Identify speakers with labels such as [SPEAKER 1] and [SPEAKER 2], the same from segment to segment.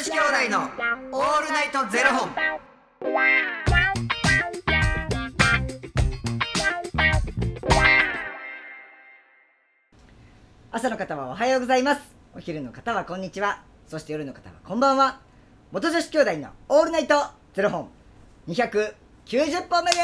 [SPEAKER 1] 子兄弟のオールナイトゼロ本。
[SPEAKER 2] 朝の方はおはようございます。お昼の方はこんにちは。そして夜の方はこんばんは。元女子兄弟のオールナイトゼロ本290本目です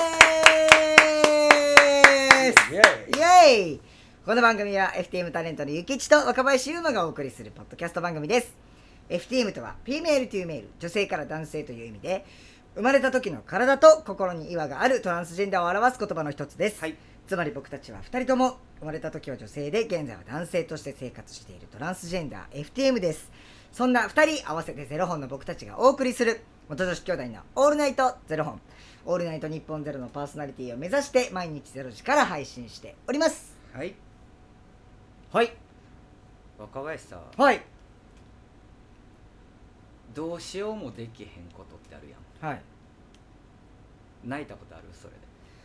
[SPEAKER 2] 。イエーイ。この番組は FTM タレントのゆきちと若林優馬がお送りするポッドキャスト番組です。 FTM とはフィメールというメール、女性から男性という意味で、生まれた時の体と心に違和があるトランスジェンダーを表す言葉の一つです、はい、つまり僕たちは2人とも生まれた時は女性で現在は男性として生活しているトランスジェンダー FTM です。そんな2人合わせてゼロ本の僕たちがお送りする元女子兄弟のオールナイトゼロ本、オールナイト日本ゼロのパーソナリティを目指して毎日0時から配信しております。
[SPEAKER 1] はい
[SPEAKER 2] はい。
[SPEAKER 1] 若林さ、
[SPEAKER 2] はい、
[SPEAKER 1] どうしようもできへんことってあるやん。
[SPEAKER 2] はい。
[SPEAKER 1] 泣いたことある？それで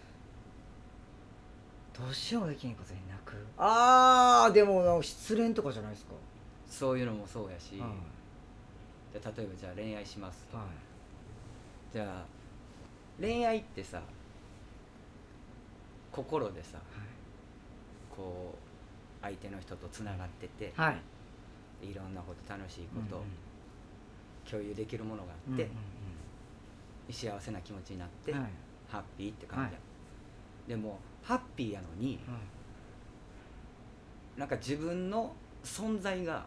[SPEAKER 2] どうしようもできへんことに泣く。でも失恋とかじゃないですか。
[SPEAKER 1] そういうのもそうやし、
[SPEAKER 2] はい、
[SPEAKER 1] じゃあ例えばじゃあ恋愛しますと、
[SPEAKER 2] はい、
[SPEAKER 1] じゃあ恋愛ってさ、心でさ、
[SPEAKER 2] はい、
[SPEAKER 1] こう相手の人とつながってて、
[SPEAKER 2] はい、
[SPEAKER 1] いろんなこと楽しいこと、
[SPEAKER 2] うんうん、共
[SPEAKER 1] 有できるものがあって、幸せな気持ちになって、はい、ハッピーって感じや、はい、でもハッピーやのに、はい、なんか自分の存在が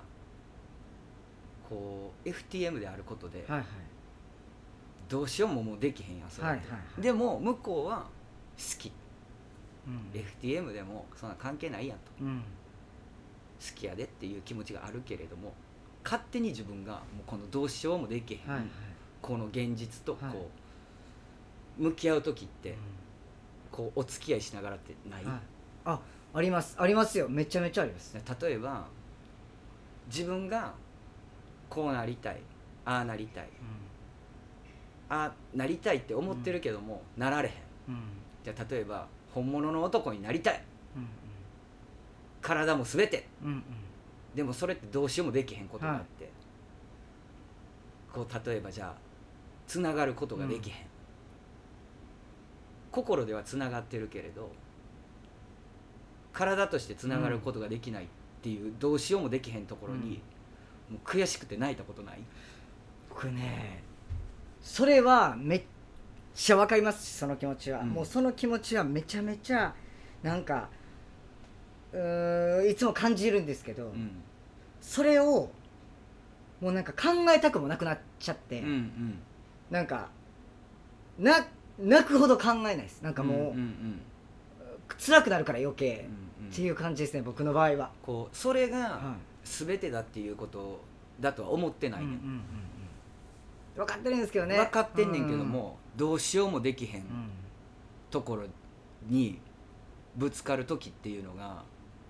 [SPEAKER 1] こう FTM であることで、はいはい、どうしようももうできへんやんそれって、はいはいはい、でも向こうは好き、うん、FTM でもそんな関係ないやんと、うん、好きやでっていう気持ちがあるけれども、勝手に自分がもうこのどうしようもできへん、はいはい、この現実とこう向き合う時って、はい、こうお付き合いしながらってない？
[SPEAKER 2] はい、ありますありますよ。めちゃめちゃあります。
[SPEAKER 1] 例えば自分がこうなりたい、ああなりたい、うん、ああなりたいって思ってるけども、なられへん、うん、じゃあ例えば本物の男になりたい、うんうん、体も全て、うんうん、でもそれってどうしようもできへんことがあって、はい、こう例えばじゃあつながることができへん、うん、心ではつながってるけれど体としてつながることができないっていう、どうしようもできへんところに、もう悔しくて泣いたことない？
[SPEAKER 2] 僕ね、それはめっちゃわかりますし、その気持ちは、もうその気持ちはめちゃめちゃなんかいつも感じるんですけど、それをもうなんか考えたくもなくなっちゃって、なんか泣くほど考えないです。なんかもう、辛くなるから余計、っていう感じですね、僕の場合は。
[SPEAKER 1] こうそれが全てだっていうことだとは思ってないね、
[SPEAKER 2] 分かってるんですけどね。
[SPEAKER 1] 分かってんねんけども、どうしようもできへんところにぶつかる時っていうのが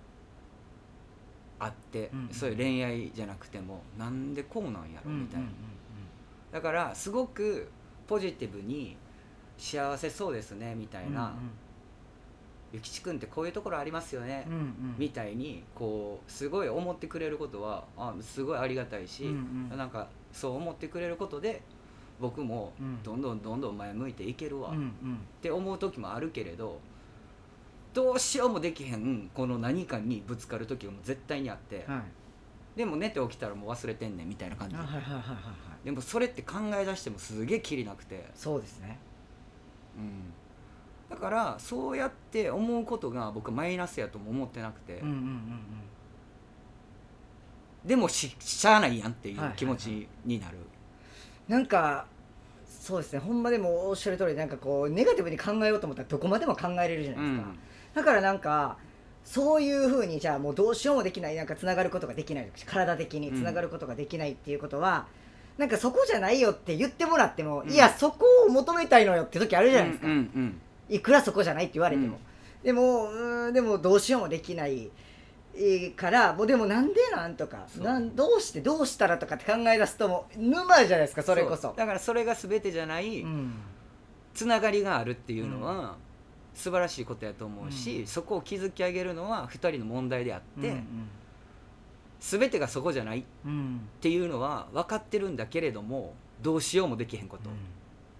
[SPEAKER 1] あって、そういう恋愛じゃなくてもなんでこうなんやろみたいな、だからすごくポジティブに幸せそうですねみたいな、ゆきちくんってこういうところありますよね、みたいにこうすごい思ってくれることはすごいありがたいし、なんかそう思ってくれることで僕もどんどん前向いていけるわって思う時もあるけれど、どうしようもできへんこの何かにぶつかる時がもう絶対にあって、はい、でも寝て起きたらもう忘れてんねんみたいな感じ、でもそれって考え出してもすげえキリなくて。
[SPEAKER 2] そうですね、
[SPEAKER 1] だからそうやって思うことが僕マイナスやとも思ってなくて、でもしゃあないやんっていう気持ちになる、
[SPEAKER 2] なんかそうですね、ほんまでもおっしゃる通り、なんかこうネガティブに考えようと思ったらどこまでも考えれるじゃないですか、だからなんかそういう風にじゃあもうどうしようもできない、なんかつながることができない、体的につながることができないっていうことは、なんかそこじゃないよって言ってもらっても、いやそこを求めたいのよって時あるじゃないですか、いくらそこじゃないって言われても、でもどうしようもできないからもう、でもなんでなんとかどうしてどうしたらとかって考え出すともう沼じゃないですか。それこそ
[SPEAKER 1] だからそれが全てじゃない、つながりがあるっていうのは素晴らしいことやと思うし、そこを築き上げるのは2人の問題であって、 全てがそこじゃないっ
[SPEAKER 2] うん
[SPEAKER 1] ていうのは分かってるんだけれどもどうしようもできへんこと、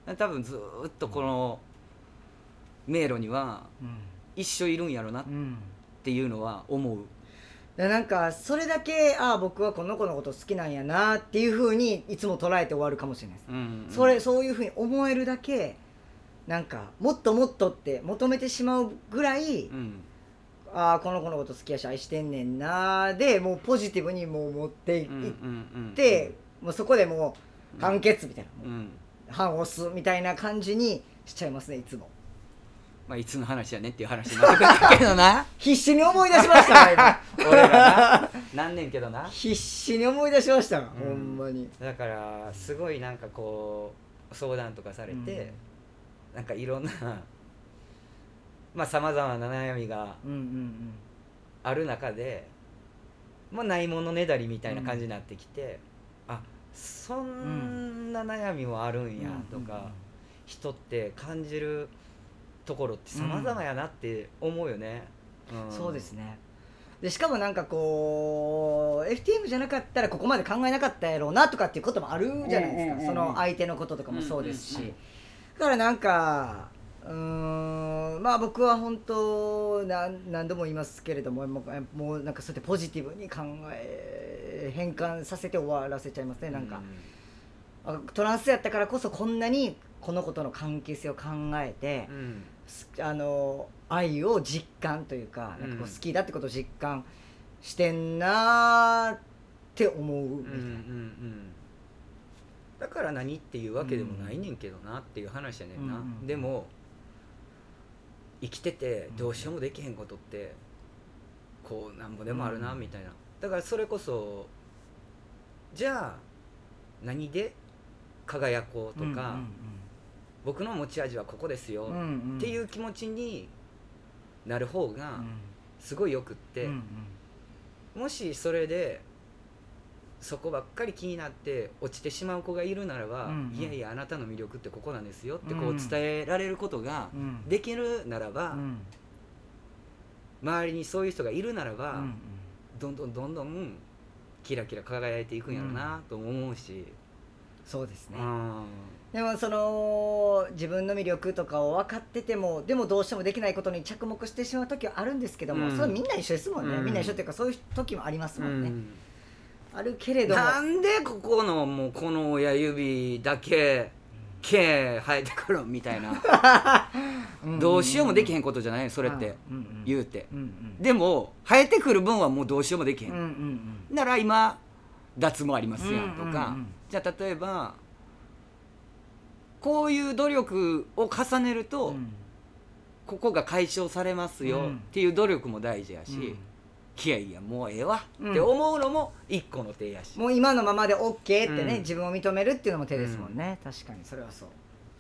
[SPEAKER 1] 多分ずーっとこの迷路には一生いるんやろなっていうのは思う。
[SPEAKER 2] なんかそれだけ僕はこの子のこと好きなんやなっていう風にいつも捉えて終わるかもしれないです、
[SPEAKER 1] うんうん、
[SPEAKER 2] そういう風に思えるだけなんかもっともっとって求めてしまうぐらい、
[SPEAKER 1] うん、
[SPEAKER 2] この子のこと好きやし愛してんねんなでもうポジティブにもう持っていって、
[SPEAKER 1] うんうんうん、
[SPEAKER 2] もうそこでもう完結みたいな、
[SPEAKER 1] うん、
[SPEAKER 2] 判押すみたいな感じにしちゃいますねいつも。
[SPEAKER 1] まあいつの話やねっていう話になってくるけどな
[SPEAKER 2] 必死に思い出しました今
[SPEAKER 1] 俺らななんねんけどな
[SPEAKER 2] 必死に思い出しました、ほんまに。
[SPEAKER 1] だからすごいなんかこう相談とかされて、なんかいろんなまあさまざまな悩みがある中で、まあないものねだりみたいな感じになってきて、あそんな悩みもあるんやとか、人って感じるところってさまざまやなって思うよね、
[SPEAKER 2] そうですね。でしかもなんかこう FTM じゃなかったらここまで考えなかったやろうなとかっていうこともあるじゃないですか、その相手のこととかもそうですし、だからなんかまあ僕は本当何度も言いますけれども、もうなんかそうやってポジティブに変換させて終わらせちゃいますね。なんか、トランスやったからこそこんなにこの子との関係性を考えて、愛を実感というか、なんかこう好きだってことを実感してんなって思うみたいな、
[SPEAKER 1] だから何っていうわけでもないねんけどなっていう話やねんな、でも生きててどうしようもできへんことってこうなんぼでもあるなみたいな、だからそれこそじゃあ何で輝こうとか、僕の持ち味はここですよっていう気持ちになる方がすごいよくって、もしそれでそこばっかり気になって落ちてしまう子がいるならば、いやいやあなたの魅力ってここなんですよってこう伝えられることができるならば、周りにそういう人がいるならば、どんどんキラキラ輝いていくんやろうなと思うし、
[SPEAKER 2] そうですね。でもその自分の魅力とかを分かっててもでもどうしてもできないことに着目してしまう時はあるんですけども、それはみんな一緒ですもんね、みんな一緒っていうかそういう時もありますもんね、あるけれども、
[SPEAKER 1] なんでここのもうこの親指だけ毛生えてくるみたいなどうしようもできへんことじゃないそれって言うて、でも生えてくる分はもうどうしようもできへん、なら今脱毛ありますやんとか、じゃあ例えばこういう努力を重ねると、ここが解消されますよっていう努力も大事やし、いやいやもうええわって思うのも一個の手やし、
[SPEAKER 2] もう今のままで OK ってね、自分を認めるっていうのも手ですもんね、確かにそれはそう。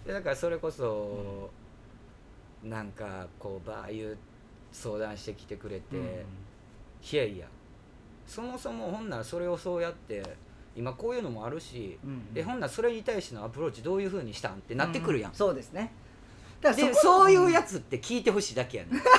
[SPEAKER 1] だからそれこそ、なんかこうああいう相談してきてくれて、いやいやそもそもほんならそれをそうやって今こういうのもあるし、ほんならそれに対してのアプローチどういう風にしたんってなってくるやん、
[SPEAKER 2] そうですね。
[SPEAKER 1] だからそういうやつって聞いてほしいだけやねん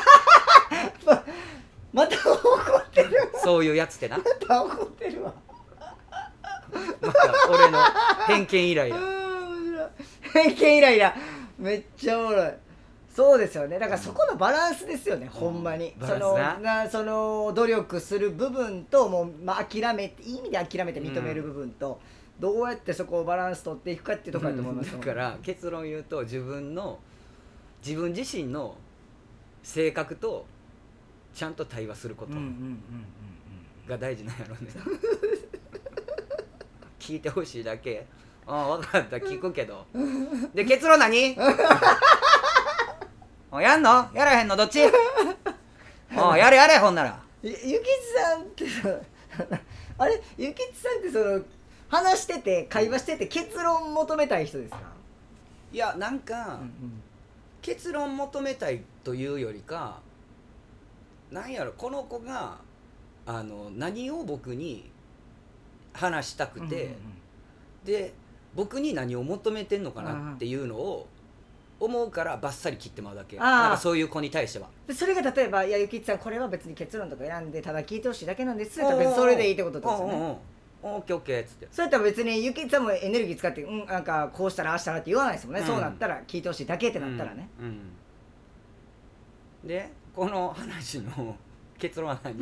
[SPEAKER 2] また怒ってる
[SPEAKER 1] そういうやつってな
[SPEAKER 2] また怒ってるわ
[SPEAKER 1] また俺の偏見イライラ
[SPEAKER 2] 偏見イライラめっちゃおもろい。そうですよね。だからそこのバランスですよね、ほんまに。その努力する部分ともう、諦めていい意味で諦めて認める部分と、どうやってそこをバランス取っていくかっていうところだと思います、
[SPEAKER 1] だから結論言うと自分自身の性格とちゃんと対話することが大事なんやろうね聞いてほしいだけ。分かった聞くけどで結論何やんのやらへんのどっちやれほんなら。
[SPEAKER 2] ゆきちさんってあれゆきちさんってその話してて会話してて結論求めたい人ですか？
[SPEAKER 1] いやなんか、結論求めたいというよりかなんやろこの子が何を僕に話したくて、で僕に何を求めてんのかなっていうのを思うからバッサリ切ってもらうだけ。
[SPEAKER 2] あー
[SPEAKER 1] なんかそういう子に対しては
[SPEAKER 2] でそれが例えば「いやゆきちさんこれは別に結論とか選んでただ聞いてほしいだけなんです」って別にそれでいいってことですよね。
[SPEAKER 1] オッケーオッケーっつって。
[SPEAKER 2] そうやったら別にゆきちさんもエネルギー使ってなんかこうしたらああしたらって言わないですもんね、そうなったら聞いてほしいだけってなったらね、
[SPEAKER 1] でこの話の結論は何？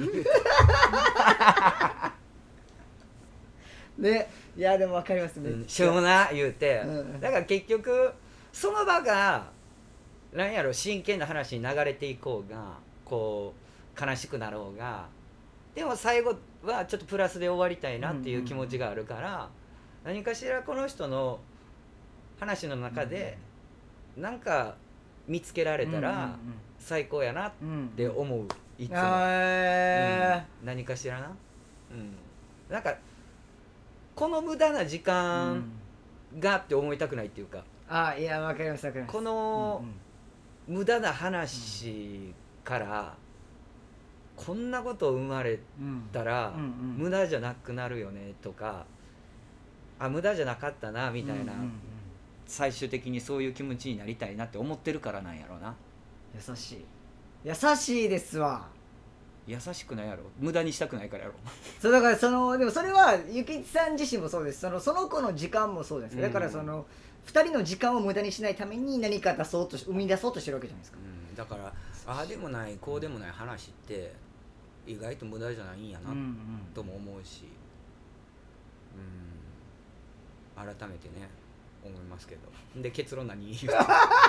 [SPEAKER 2] でいやでも分かりますね、
[SPEAKER 1] しょうもな言うて、
[SPEAKER 2] うん
[SPEAKER 1] だから結局その場が何やろ真剣な話に流れていこうがこう悲しくなろうがでも最後はちょっとプラスで終わりたいなっていう気持ちがあるから、何かしらこの人の話の中でなんか見つけられたら最高やなって思う、いつも、何かしらな、なんかこの無駄な時間がって思いたくないっていうか、
[SPEAKER 2] いや分かります分かります。
[SPEAKER 1] この無駄な話からこんなこと生まれたら無駄じゃなくなるよねとか、無駄じゃなかったなみたいな、最終的にそういう気持ちになりたいなって思ってるからなんやろうな。
[SPEAKER 2] 優しい優しいですわ。
[SPEAKER 1] 優しくないやろ、無駄にしたくないからやろ。
[SPEAKER 2] そうだからでもそれはゆきちさん自身もそうです。その子の時間もそうです。だから2人の時間を無駄にしないために何か生み出そうとしてるわけじゃないですか、
[SPEAKER 1] だからああでもないこうでもない話って意外と無駄じゃないんやなとも思うし、改めてね思いますけど。で結論何言うて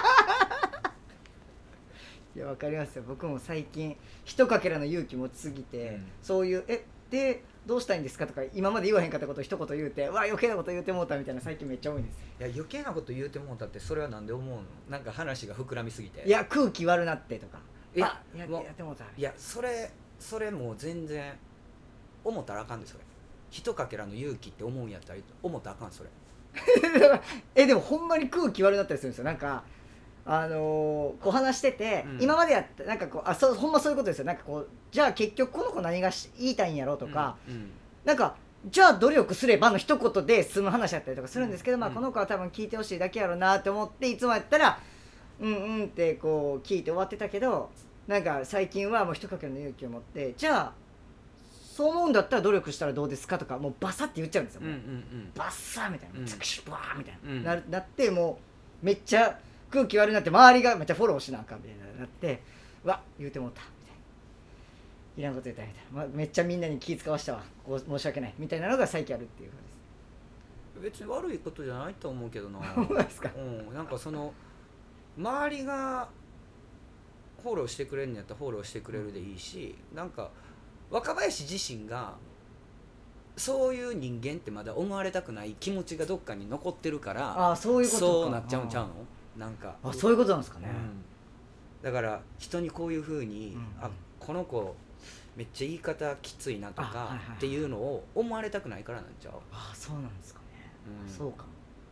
[SPEAKER 2] いや分かりますよ。僕も最近一かけらの勇気持ちすぎて、そういうでどうしたいんですかとか今まで言わへんかったことを一言言うて余計なこと言うてもうたみたいな最近めっちゃ多いんです。
[SPEAKER 1] いや余計なこと言うてもうたってそれはなんで思うの？なんか話が膨らみすぎて。
[SPEAKER 2] いや空気悪なってとかやってもうた。
[SPEAKER 1] いやそれもう全然思ったらあかんで。それ一かけらの勇気って思うんやったら思ったらあかんそれ
[SPEAKER 2] でもほんまに空気悪なったりするんですよ。なんかこう話してて、今までやったなんかこうほんまそういうことですよ。なんかこうじゃあ結局この子何が言いたいんやろうとか、なんかじゃあ努力すればの一言で済む話だったりとかするんですけど、この子は多分聞いてほしいだけやろうなって思っていつもやったらってこう聞いて終わってたけど、なんか最近はもう一かけらの勇気を持ってじゃあそう思うんだったら努力したらどうですかとかもうバサって言っちゃうんですよ。バッサーみたいなツクシュバーみたいな、なってもうめっちゃ空気悪いなって周りがめっちゃフォローしなあかんみたいなって言うてもうたみたいないらんこと言ったみたいな、めっちゃみんなに気使わしたわ申し訳ないみたいなのが最近あるっていう感
[SPEAKER 1] じです。別に悪いことじゃないと思うけどな
[SPEAKER 2] そうですか。
[SPEAKER 1] なんかその周りがフォローしてくれるんやったらフォローしてくれるでいいし、なんか若林自身がそういう人間ってまだ思われたくない気持ちがどっかに残ってるから
[SPEAKER 2] そういうことか、
[SPEAKER 1] そうなっちゃうんちゃうの？なんか
[SPEAKER 2] そういうことなんですかね、
[SPEAKER 1] だから人にこういうふうに、この子めっちゃ言い方きついなとかっていうのを思われたくないからなんちゃう？
[SPEAKER 2] そうなんですかね、そうかも。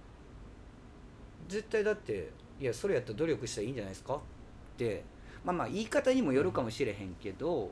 [SPEAKER 1] 絶対だっていやそれやったら努力したらいいんじゃないですかって言い方にもよるかもしれへんけど、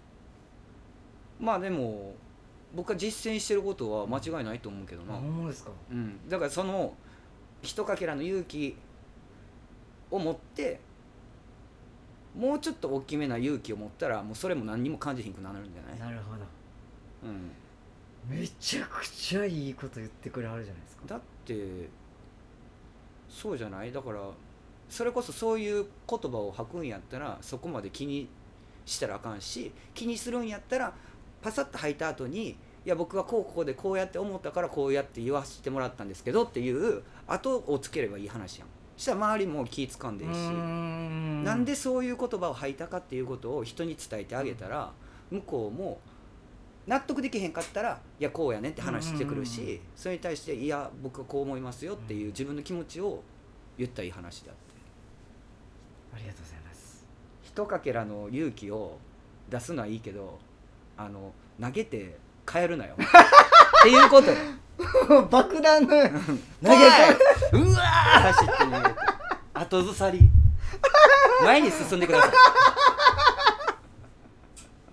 [SPEAKER 1] でも僕は実践してることは間違いないと思うけどな。
[SPEAKER 2] ほんまですか？
[SPEAKER 1] だからその一かけらの勇気を持ってもうちょっと大きめな勇気を持ったらもうそれも何にも感じひんくなるんじゃない？
[SPEAKER 2] なるほど、めちゃくちゃいいこと言ってくれはるじゃないですか。
[SPEAKER 1] だってそうじゃない？だからそれこそそういう言葉を吐くんやったらそこまで気にしたらあかんし、気にするんやったらパサッと吐いた後にいや僕はこうでこうやって思ったからこうやって言わせてもらったんですけどっていう後をつければいい話やん。したら周りも気使んでいいし、なんでそういう言葉を吐いたかっていうことを人に伝えてあげたら向こうも納得できへんかったらいやこうやねって話してくるし、それに対していや僕はこう思いますよっていう自分の気持ちを言ったらいい話であって。
[SPEAKER 2] ありがとうございます。
[SPEAKER 1] 一かけらの勇気を出すのはいいけど投げて帰るなよっていうことよ
[SPEAKER 2] 爆弾の投げて
[SPEAKER 1] うわー走って逃げて後ずさり前に進んでください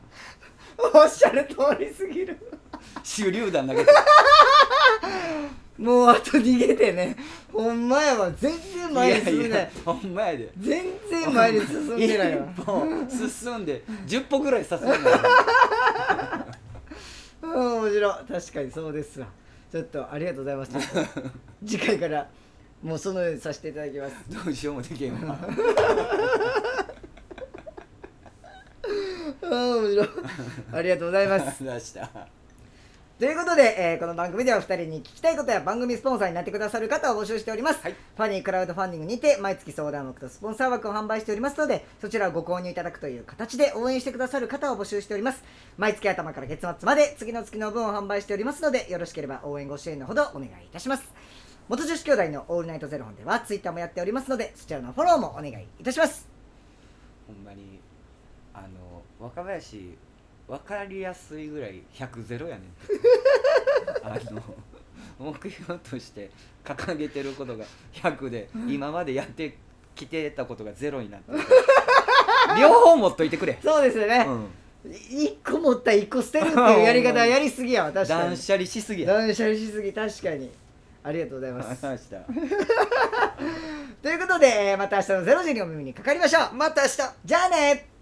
[SPEAKER 2] おっしゃる通りすぎる
[SPEAKER 1] 手榴弾投げて
[SPEAKER 2] もうあと逃げてね。ほんまやわ、全然前に進んでない。
[SPEAKER 1] ほんまやで
[SPEAKER 2] 全然前に進んでないわ。
[SPEAKER 1] 一歩進んで10歩ぐらい進んでない
[SPEAKER 2] 面白い。確かにそうですわ。ちょっとありがとうございます。次回からもうそのようにさせていただきます。
[SPEAKER 1] どうしようもできへんわ
[SPEAKER 2] 面白い。ありがとうございます。
[SPEAKER 1] 出した
[SPEAKER 2] ということで、この番組では2人に聞きたいことや番組スポンサーになってくださる方を募集しております、
[SPEAKER 1] はい、
[SPEAKER 2] ファニークラウドファンディングにて毎月相談枠とスポンサー枠を販売しておりますので、そちらをご購入いただくという形で応援してくださる方を募集しております。毎月頭から月末まで次の月の分を販売しておりますので、よろしければ応援ご支援のほどお願いいたします。元女子兄弟のオールナイトゼロ本ではツイッターもやっておりますので、そちらのフォローもお願いいたします。
[SPEAKER 1] ほんまに若林分かりやすいぐらい100ゼロやねんって目標として掲げてることが100で、今までやってきてたことが0になってる両方持っといてくれ。
[SPEAKER 2] そうですよね、1個持ったら1個捨てるっていうやり方やりすぎやわ。確かに
[SPEAKER 1] 断捨離しすぎや。
[SPEAKER 2] 断捨離しすぎ。確かにありがとうございますということで、また明日の0時にお耳にかかりましょう。
[SPEAKER 1] また明日。
[SPEAKER 2] じゃあね。